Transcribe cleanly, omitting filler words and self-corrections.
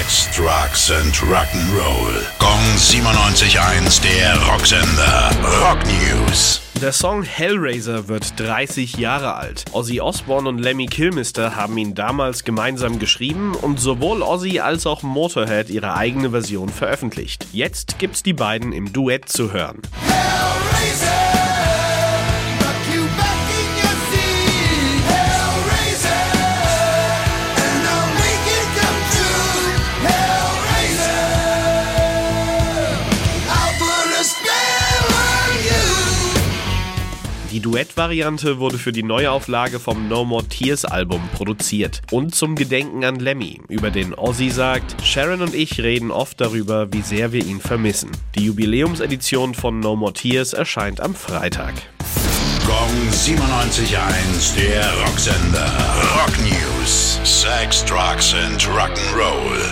Sex, Drugs and Rock'n'Roll. Gong 97.1, der Rocksender. Rock News. Der Song Hellraiser wird 30 Jahre alt. Ozzy Osbourne und Lemmy Kilmister haben ihn damals gemeinsam geschrieben und sowohl Ozzy als auch Motorhead ihre eigene Version veröffentlicht. Jetzt gibt's die beiden im Duett zu hören. Die Duettvariante wurde für die Neuauflage vom No More Tears Album produziert und zum Gedenken an Lemmy, über den Ozzy sagt: Sharon und ich reden oft darüber, wie sehr wir ihn vermissen. Die Jubiläumsedition von No More Tears erscheint am Freitag. Gong 97.1, der Rocksender. Rock News. Sex, Drugs and Rock'n'Roll.